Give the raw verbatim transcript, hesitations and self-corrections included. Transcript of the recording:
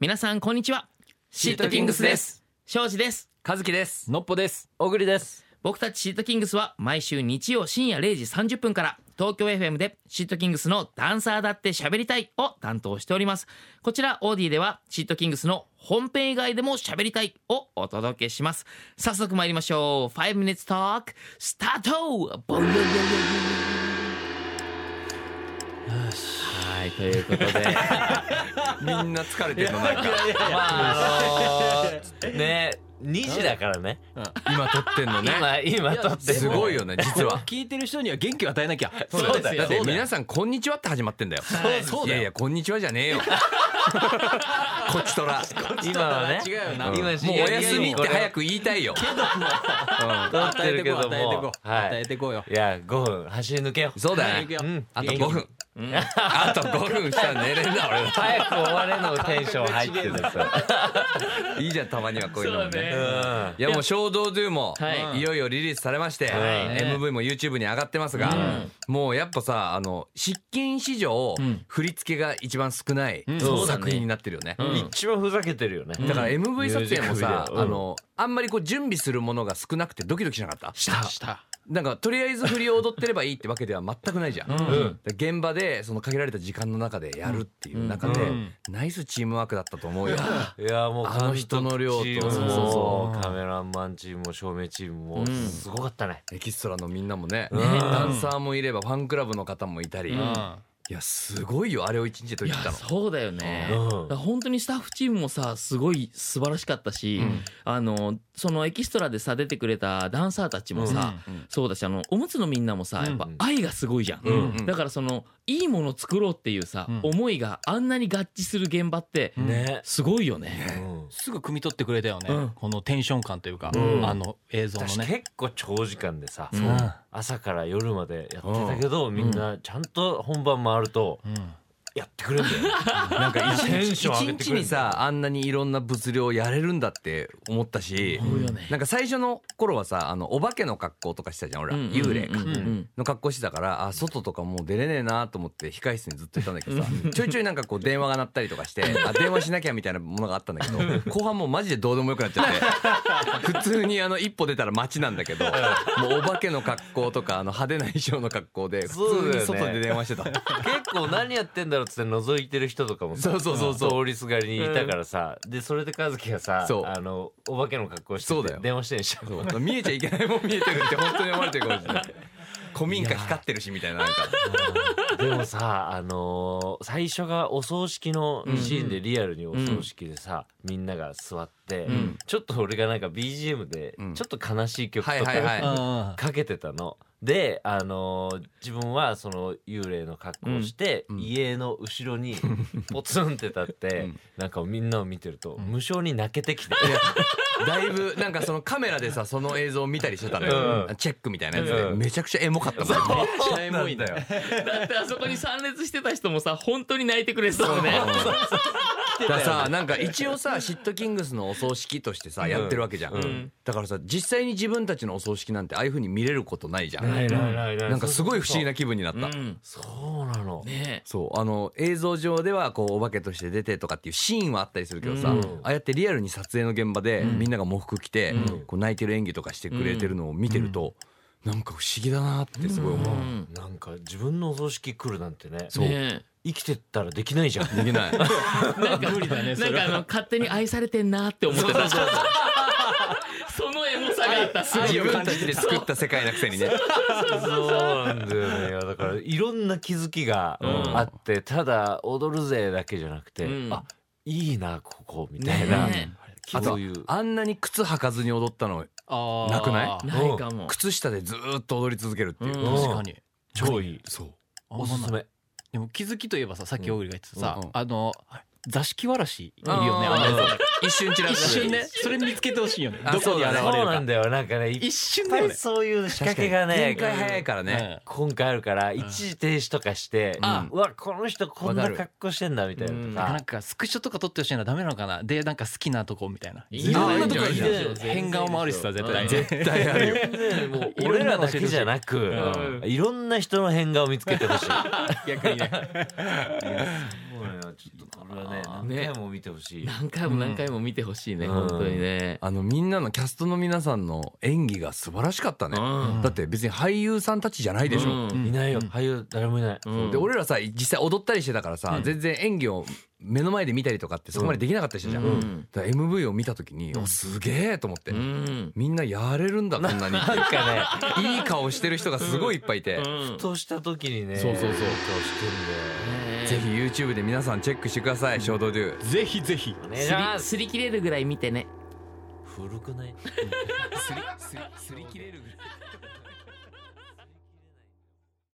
皆さんこんにちは。シートキングスです。庄司です。 和樹です。 のっぽです。 小栗です。 僕たちシートキングスは毎週日曜深夜れいじさんじゅっぷんから東京 エフエム でシートキングスのダンサーだって喋りたいを担当しております。こちらオーディではシートキングスの本編以外でも喋りたいをお届けします。早速参りましょう。ファイブミニッツトークスタート。ボンボンボンボン。はい、ということでみんな疲れてるのなんかまああのー、ねにじだからね、 うん、今撮ってんのね。 今今撮ってんのすごいよね実は。 聞いてる人には元気を与えなきゃ。 そうですよ。 だって皆さんこんにちはって始まってんだよ。 そうだよ。 いやいやこんにちはじゃねえよこっちとら今はね違うよな、 うん、 今もうお休みって早く言いたいよ。 撮ってるけども与えてこうよ。 いやごふん走り抜けよ。 そうだね、うん、あとごふん、うん、あとごふんしたら寝れんだ俺。 早く終われのテンション入ってるさいいじゃんたまにはこういうのもね。 ね、 うん、いやもう衝動ドゥも、 はい、 いよいよリリースされまして、はい、エムブイ も YouTube に上がってますが、うん、もうやっぱさあの失禁史上、うん、振り付けが一番少ない、うん、作品になってるよね、 うん、一番ふざけてるよね。 だから エムブイ 撮影もさ、うん、あのあんまりこう準備するものが少なくてドキドキしなかった？ したしたなんかとりあえず振りを踊ってればいいってわけでは全くないじゃん、うん、現場でその限られた時間の中でやるっていう中で、うん、ナイスチームワークだったと思うよ。 いやもうあの人の量とそうそうそうカメラマンチームも照明チームもすごかったね、 うん、エキストラのみんなもね、 うん、 ダンサーもいればファンクラブの方もいたり、うん、いやすごいよあれを一日で撮り切ったの。 そうだよね、うん、本当にスタッフチームもさすごい素晴らしかったし、うん、あのそのエキストラでさ出てくれたダンサーたちもさ、うん、そうだしあのおむつのみんなもさやっぱ愛がすごいじゃん、うん、だからそのいいものを作ろうっていうさ、うん、思いがあんなに合致する現場ってすごいよね、 うん、すぐ汲み取ってくれたよね、うん、このテンション感というか、うん、あの映像のね結構長時間でさ、うん、朝から夜までやってたけど、うん、みんなちゃんと本番回ると、うんやってくれるんだよなんか一日, 一日にさあんなにいろんな物量やれるんだって思ったし、ね、なんか最初の頃はさあのお化けの格好とかしてたじゃん俺ら、うんうん、幽霊か、うんうん、の格好してたからあ外とかもう出れねえなと思って控室にずっといたんだけどさちょいちょいなんかこう電話が鳴ったりとかしてあ電話しなきゃみたいなものがあったんだけど後半もうマジでどうでもよくなっちゃって普通にあの一歩出たら街なんだけどもうお化けの格好とかあの派手な衣装の格好で普通に外で電話してた、ね、 結構何やってんだろうって覗いてる人とかもさそうそうそうそう通りすがりにいたからさ、うん、でそれで和樹がさあのお化けの格好してて電話してんしょ。 見えちゃいけないもん見えてるって本当に思われてるかもしれない古民家光ってるしみたいななんかでもさあのー、最初がお葬式のシーンでリアルにお葬式でさ、うん、みんなが座って、うん、ちょっと俺がなんか ビージーエム でちょっと悲しい曲とか、はいはいはい、かけてたので、あのー、自分はその幽霊の格好をして、うん、家の後ろにポツンって立って、うん、なんかみんなを見てると無性に泣けてきて、 うん、だいぶなんかそのカメラでさその映像を見たりしてたのよ、うん、チェックみたいなやつで、うん、めちゃくちゃエモかったもん。めっちゃエモいんだよだってあそこに参列してた人もさ本当に泣いてくれそうねだからさなんか一応さシットキングスのお葬式としてさやってるわけじゃん、うん、だからさ実際に自分たちのお葬式なんてああいう風に見れることないじゃん。 ないないないない。 なんかすごい不思議な気分になった。 うん、そうなの。 ね、 そうあの映像上ではこうお化けとして出てとかっていうシーンはあったりするけどさ、うん、ああやってリアルに撮影の現場でみんなが喪服着て、うん、こう泣いてる演技とかしてくれてるのを見てると、うん、なんか不思議だなってすごい思う、うん、 なんか自分のお葬式来るなんてね。 そう。 ね生きてったらできないじゃん。 できない。 なんか無理だね。なんかあの勝手に愛されてんなって思ってた。そのエモさがあった。 自分たちで作った世界なくせにね。 そうなんだよね。だからいろんな気づきがあって、うん、ただ踊るぜだけじゃなくて、うん、あいいなここみたいな。ね、 あとあんなに靴履かずに踊ったのなくない？ ないかも。 靴下でずっと踊り続けるっていう。 うん、確かに超いい。 そう。 おすすめ。 でも気づきといえばささっき小栗が言ってたさ、うんうん、あの座敷わらしいるよね。あの一瞬ちらっと一瞬ねそれ見つけてほしいよね。どこに現れるか。 そうなんだよ。なんかね一瞬だよね。 そういう仕掛けがね展開早いからね、 うん、今回あるから一時停止とかして、うん、うわこの人こんな格好してんだみたいなとか、 なんかスクショとか撮ってほしいのはダメなのかな。でなんか好きなとこみたいな。 いろんなとこいる。変顔もあるしさ絶対絶対あるよ。 もう俺らだけじゃなく、うん、いろんな人の変顔見つけてほしい。 逆にね。 ちょっとこれはね何回も見てほしい、 何回も何回も見てほしいね、本当にね。 あのみんなのキャストの皆さんの演技が素晴らしかったね。だって別に俳優さんたちじゃないでしょ。 いないよ、俳優誰もいない。 で俺らさ実際踊ったりしてたからさ、全然演技を目の前で見たりとかってそこまでできなかったりしたじゃん。だから エムブイ を見た時におすげえと思って、みんなやれるんだこんなに。なんかねいい顔してる人がすごいいっぱいいて、 ふとした時にねそうそうそう顔してんで、 ぜひ YouTube で皆さんチェックしてください。衝動ドゥぜひぜひお願いします。 すり切れるぐらい見てね。 古くない？ すりすりすり切れるぐらい